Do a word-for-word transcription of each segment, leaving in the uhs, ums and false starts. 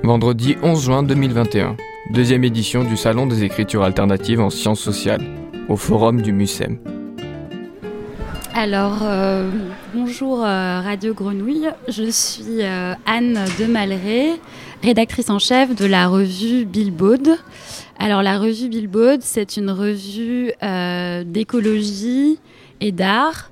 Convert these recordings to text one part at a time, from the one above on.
Vendredi onze juin deux mille vingt et un, deuxième édition du Salon des écritures alternatives en sciences sociales, au Forum du MUSEM. Alors, euh, bonjour euh, Radio Grenouille, je suis euh, Anne Demalré, rédactrice en chef de la revue Bilbaude. Alors la revue Bilbaude, c'est une revue euh, d'écologie et d'art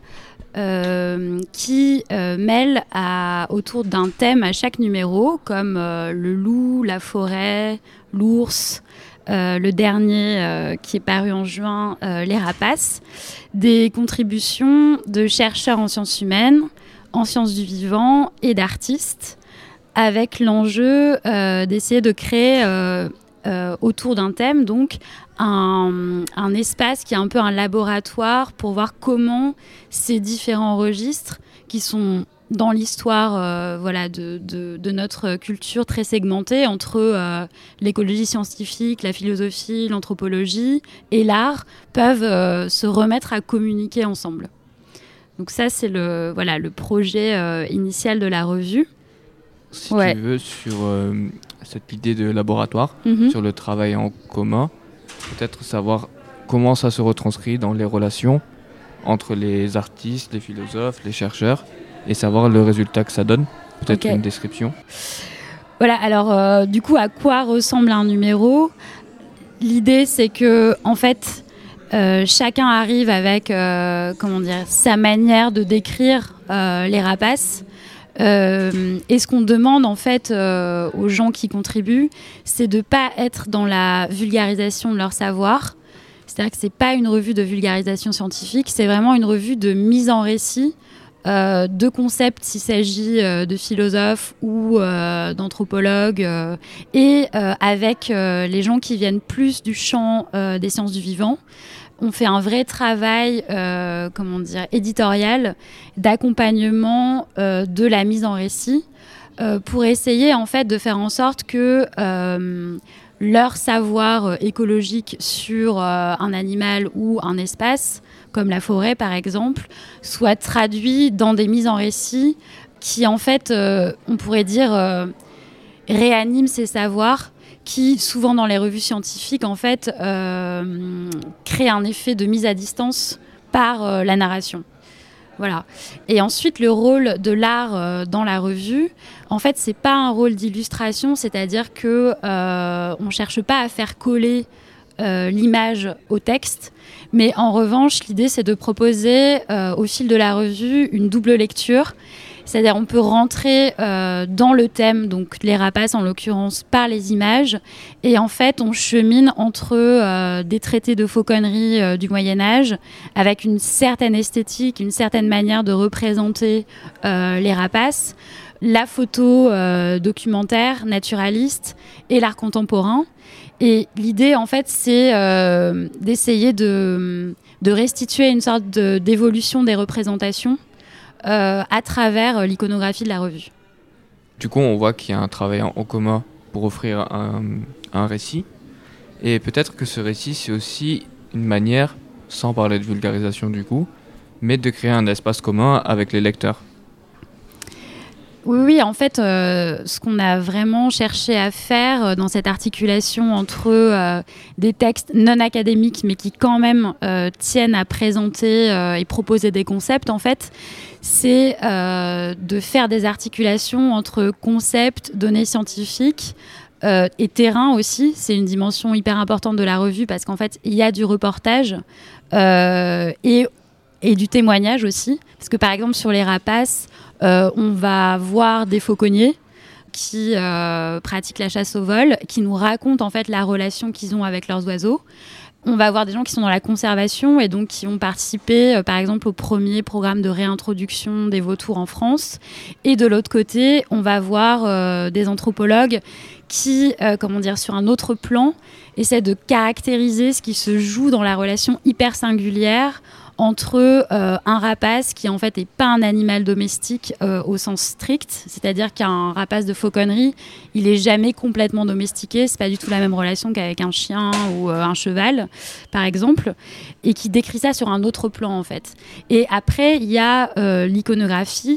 euh, qui euh, mêle à, autour d'un thème à chaque numéro, comme euh, le loup, la forêt, l'ours, euh, le dernier euh, qui est paru en juin, euh, les rapaces, des contributions de chercheurs en sciences humaines, en sciences du vivant et d'artistes, avec l'enjeu euh, d'essayer de créer euh, euh, autour d'un thème, donc un, un espace qui est un peu un laboratoire pour voir comment ces différents registres qui sont dans l'histoire euh, voilà, de, de, de notre culture très segmentée entre euh, l'écologie scientifique, la philosophie, l'anthropologie et l'art peuvent euh, se remettre à communiquer ensemble. Donc ça, c'est le, voilà, le projet euh, initial de la revue. Si ouais. tu veux, sur euh, cette idée de laboratoire, Mm-hmm. sur le travail en commun, peut-être savoir comment ça se retranscrit dans les relations entre les artistes, les philosophes, les chercheurs, et savoir le résultat que ça donne. Peut-être okay. Une description. Voilà, alors euh, du coup, à quoi ressemble un numéro ? L'idée, c'est que, en fait, euh, chacun arrive avec, euh, comment dire, sa manière de décrire euh, les rapaces. Euh, et ce qu'on demande en fait euh, aux gens qui contribuent, c'est de ne pas être dans la vulgarisation de leur savoir. C'est-à-dire que ce n'est pas une revue de vulgarisation scientifique, c'est vraiment une revue de mise en récit euh, de concepts s'il s'agit euh, de philosophes ou euh, d'anthropologues euh, et euh, avec euh, les gens qui viennent plus du champ euh, des sciences du vivant. On fait un vrai travail, euh, comment dire, éditorial, d'accompagnement euh, de la mise en récit euh, pour essayer en fait de faire en sorte que euh, leur savoir écologique sur euh, un animal ou un espace, comme la forêt par exemple, soit traduit dans des mises en récit qui en fait, euh, on pourrait dire, euh, réaniment ces savoirs qui, souvent dans les revues scientifiques, en fait, euh, crée un effet de mise à distance par euh, la narration. Voilà. Et ensuite, le rôle de l'art euh, dans la revue, en fait, c'est pas un rôle d'illustration, c'est-à-dire que euh, on cherche pas à faire coller euh, l'image au texte, mais en revanche, l'idée, c'est de proposer euh, au fil de la revue une double lecture. C'est-à-dire on peut rentrer euh, dans le thème, donc les rapaces en l'occurrence, par les images. Et en fait, on chemine entre euh, des traités de fauconnerie euh, du Moyen-Âge, avec une certaine esthétique, une certaine manière de représenter euh, les rapaces, la photo euh, documentaire, naturaliste et l'art contemporain. Et l'idée, en fait, c'est euh, d'essayer de, de restituer une sorte de, d'évolution des représentations Euh, à travers euh, l'iconographie de la revue. Du coup, on voit qu'il y a un travail en commun pour offrir un, un récit. Et peut-être que ce récit, c'est aussi une manière, sans parler de vulgarisation du coup, mais de créer un espace commun avec les lecteurs. Oui, oui, en fait, euh, ce qu'on a vraiment cherché à faire euh, dans cette articulation entre euh, des textes non académiques, mais qui quand même euh, tiennent à présenter euh, et proposer des concepts, en fait, c'est euh, de faire des articulations entre concepts, données scientifiques euh, et terrain aussi. C'est une dimension hyper importante de la revue parce qu'en fait, il y a du reportage euh, et, et du témoignage aussi. Parce que par exemple, sur les rapaces, Euh, on va voir des fauconniers qui euh, pratiquent la chasse au vol, qui nous racontent en fait la relation qu'ils ont avec leurs oiseaux. On va avoir des gens qui sont dans la conservation et donc qui ont participé, euh, par exemple, au premier programme de réintroduction des vautours en France. Et de l'autre côté, on va voir euh, des anthropologues qui, euh, comment dire, sur un autre plan, essaient de caractériser ce qui se joue dans la relation hyper singulière entre euh, un rapace qui en fait n'est pas un animal domestique euh, au sens strict, c'est-à-dire qu'un rapace de fauconnerie, il n'est jamais complètement domestiqué, c'est pas du tout la même relation qu'avec un chien ou euh, un cheval, par exemple, et qui décrit ça sur un autre plan en fait. Et après, il y a euh, l'iconographie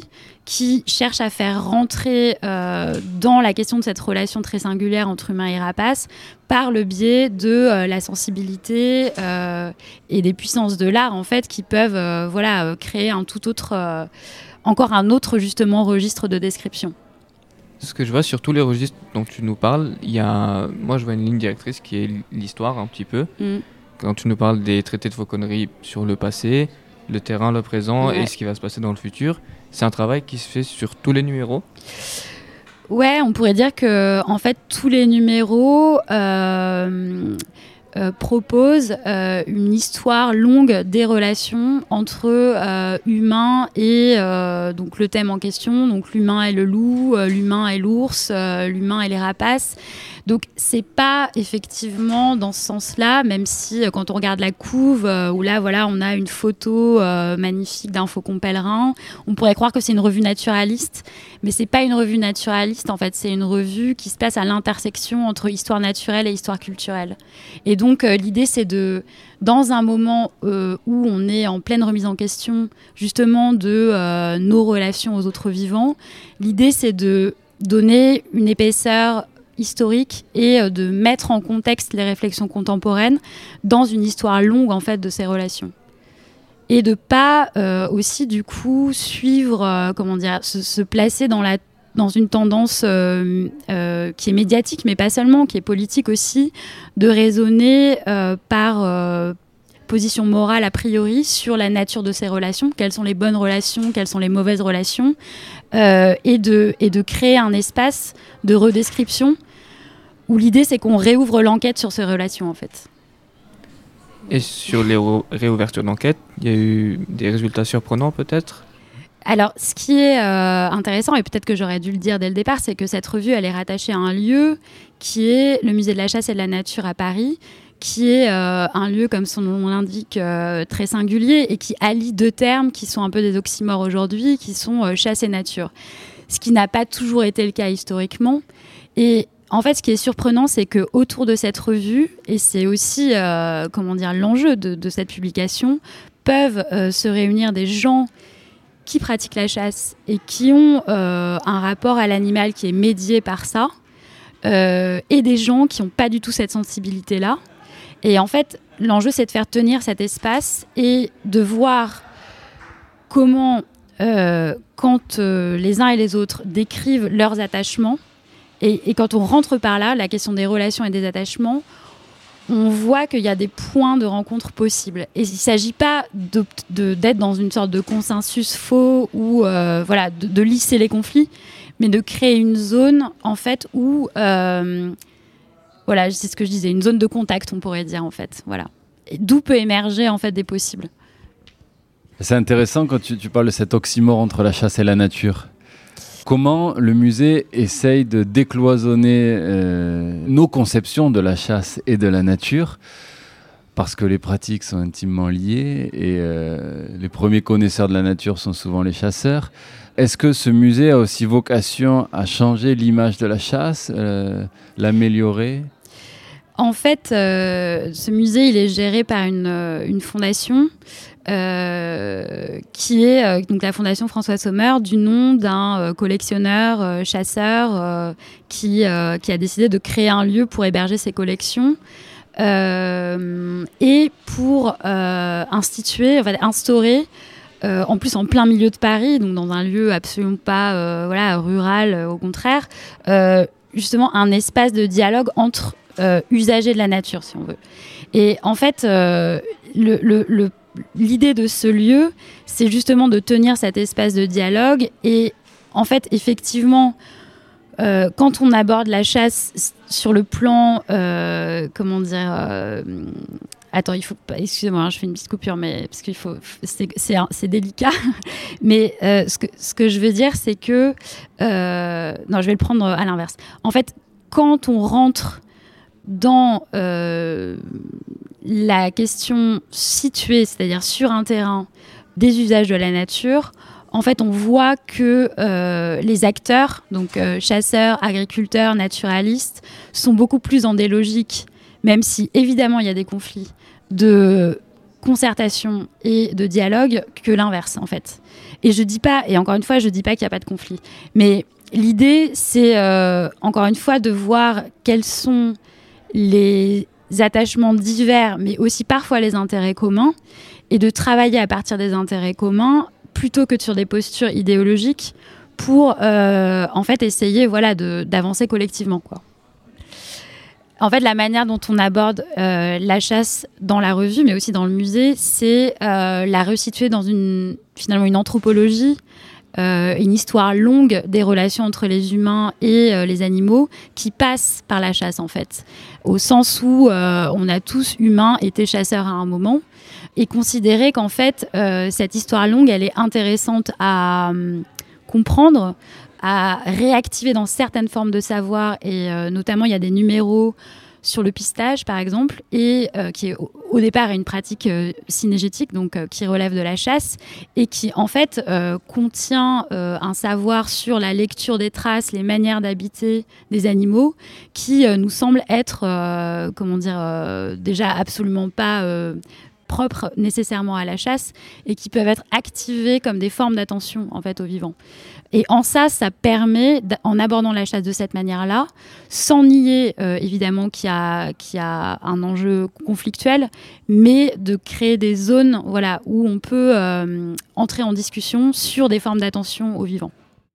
qui cherche à faire rentrer euh, dans la question de cette relation très singulière entre humain et rapace par le biais de euh, la sensibilité euh, et des puissances de l'art en fait qui peuvent euh, voilà euh, créer un tout autre euh, encore un autre justement registre de description. Ce que je vois sur tous les registres dont tu nous parles, il y a moi je vois une ligne directrice qui est l'histoire un petit peu. Mm. Quand tu nous parles des traités de fauconnerie sur le passé, le terrain, le présent ouais. et ce qui va se passer dans le futur, c'est un travail qui se fait sur tous les numéros. Ouais, on pourrait dire que en fait tous les numéros euh, euh, proposent euh, une histoire longue des relations entre euh, humains et euh, donc le thème en question, donc l'humain et le loup, euh, l'humain et l'ours, euh, l'humain et les rapaces. Donc c'est pas effectivement dans ce sens-là, même si euh, quand on regarde la couve, euh, où là voilà on a une photo euh, magnifique d'un faucon pèlerin, on pourrait croire que c'est une revue naturaliste, mais c'est pas une revue naturaliste en fait, c'est une revue qui se place à l'intersection entre histoire naturelle et histoire culturelle. Et donc euh, l'idée c'est de, dans un moment euh, où on est en pleine remise en question justement de euh, nos relations aux autres vivants, l'idée c'est de donner une épaisseur historique et de mettre en contexte les réflexions contemporaines dans une histoire longue en fait de ces relations et de pas euh, aussi du coup suivre euh, comment dire se, se placer dans la dans une tendance euh, euh, qui est médiatique mais pas seulement, qui est politique aussi, de raisonner euh, par euh, position morale a priori sur la nature de ces relations, quelles sont les bonnes relations, quelles sont les mauvaises relations, euh, et de et de créer un espace de redescription où l'idée c'est qu'on réouvre l'enquête sur ces relations en fait. Et sur les ré- réouvertures d'enquête, il y a eu des résultats surprenants peut-être ? Alors, ce qui est euh, intéressant, et peut-être que j'aurais dû le dire dès le départ, c'est que cette revue, elle est rattachée à un lieu qui est le Musée de la Chasse et de la Nature à Paris, qui est euh, un lieu, comme son nom l'indique, euh, très singulier et qui allie deux termes qui sont un peu des oxymores aujourd'hui, qui sont euh, chasse et nature. Ce qui n'a pas toujours été le cas historiquement. Et en fait, ce qui est surprenant, c'est qu'autour de cette revue, et c'est aussi euh, comment dire, l'enjeu de, de cette publication, peuvent euh, se réunir des gens qui pratiquent la chasse et qui ont euh, un rapport à l'animal qui est médié par ça, euh, et des gens qui n'ont pas du tout cette sensibilité-là. Et en fait, l'enjeu, c'est de faire tenir cet espace et de voir comment, euh, quand euh, les uns et les autres décrivent leurs attachements, et, et quand on rentre par là, la question des relations et des attachements, on voit qu'il y a des points de rencontre possibles. Et il ne s'agit pas de, de, d'être dans une sorte de consensus faux ou euh, voilà, de, de lisser les conflits, mais de créer une zone en fait, où... Euh, Voilà, c'est ce que je disais, une zone de contact, on pourrait dire en fait. Voilà. Et d'où peut émerger en fait des possibles. C'est intéressant quand tu, tu parles de cet oxymore entre la chasse et la nature. Comment le musée essaye de décloisonner euh, nos conceptions de la chasse et de la nature, parce que les pratiques sont intimement liées et euh, les premiers connaisseurs de la nature sont souvent les chasseurs. Est-ce que ce musée a aussi vocation à changer l'image de la chasse, euh, l'améliorer ? En fait, euh, ce musée, il est géré par une, une fondation euh, qui est euh, donc la fondation François Sommer, du nom d'un euh, collectionneur, euh, chasseur, euh, qui, euh, qui a décidé de créer un lieu pour héberger ses collections euh, et pour euh, instituer, en fait, instaurer, euh, en plus en plein milieu de Paris, donc dans un lieu absolument pas euh, voilà, rural, euh, au contraire, euh, justement un espace de dialogue entre Euh, usager de la nature, si on veut. Et en fait, euh, le, le, le, l'idée de ce lieu, c'est justement de tenir cet espace de dialogue. Et en fait, effectivement, euh, quand on aborde la chasse sur le plan, euh, comment dire... Euh, attends, il faut pas... Excusez-moi, hein, je fais une petite coupure, mais parce qu'il faut... C'est, c'est, c'est délicat. Mais euh, ce, que, ce que je veux dire, c'est que... Euh, non, je vais le prendre à l'inverse. En fait, quand on rentre dans euh, la question située, c'est-à-dire sur un terrain, des usages de la nature, en fait, on voit que euh, les acteurs, donc euh, chasseurs, agriculteurs, naturalistes, sont beaucoup plus dans des logiques, même si évidemment il y a des conflits, de concertation et de dialogue que l'inverse, en fait. Et je dis pas, et encore une fois, je dis pas qu'il n'y a pas de conflit, mais l'idée, c'est euh, encore une fois de voir quels sont les attachements divers, mais aussi parfois les intérêts communs, et de travailler à partir des intérêts communs plutôt que sur des postures idéologiques pour euh, en fait essayer voilà, de, d'avancer collectivement, quoi. En fait, la manière dont on aborde euh, la chasse dans la revue, mais aussi dans le musée, c'est euh, la resituer dans une, finalement une anthropologie, euh, une histoire longue des relations entre les humains et euh, les animaux qui passe par la chasse, en fait. Au sens où euh, on a tous, humains, été chasseurs à un moment et considérer qu'en fait, euh, cette histoire longue, elle est intéressante à euh, comprendre, à réactiver dans certaines formes de savoir, et euh, notamment il y a des numéros sur le pistage par exemple, et euh, qui est au, au départ une pratique euh, cynégétique, donc euh, qui relève de la chasse et qui en fait euh, contient euh, un savoir sur la lecture des traces, les manières d'habiter des animaux, qui euh, nous semble être euh, comment dire euh, déjà absolument pas euh, propres nécessairement à la chasse et qui peuvent être activés comme des formes d'attention en fait aux vivants. Et en ça, ça permet, en abordant la chasse de cette manière-là, sans nier euh, évidemment qu'il y a, qu'il y a un enjeu conflictuel, mais de créer des zones voilà, où on peut euh, entrer en discussion sur des formes d'attention aux vivants.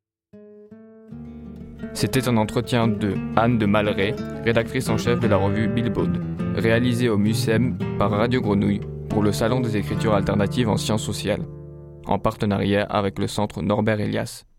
C'était un entretien de Anne de Malray, rédactrice en chef de la revue Billboard, réalisé au MUSEM par Radio Grenouille pour le Salon des écritures alternatives en sciences sociales, en partenariat avec le Centre Norbert Elias.